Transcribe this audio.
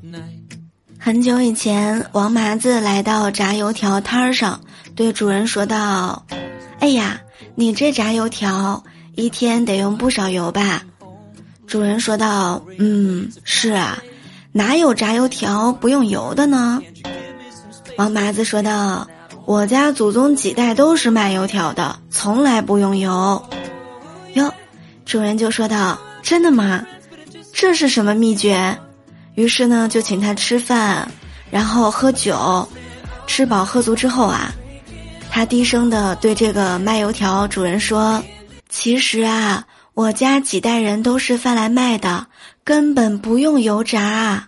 很久以前，王麻子来到炸油条摊儿上，对主人说道：哎呀，你这炸油条一天得用不少油吧？主人说道：是啊，哪有炸油条不用油的呢？王麻子说道：我家祖宗几代都是卖油条的，从来不用油。哟，主人就说道：真的吗？这是什么秘诀？于是呢，就请他吃饭，然后喝酒。吃饱喝足之后啊，他低声地对这个卖油条主人说：其实啊，我家几代人都是贩来卖的，根本不用油炸。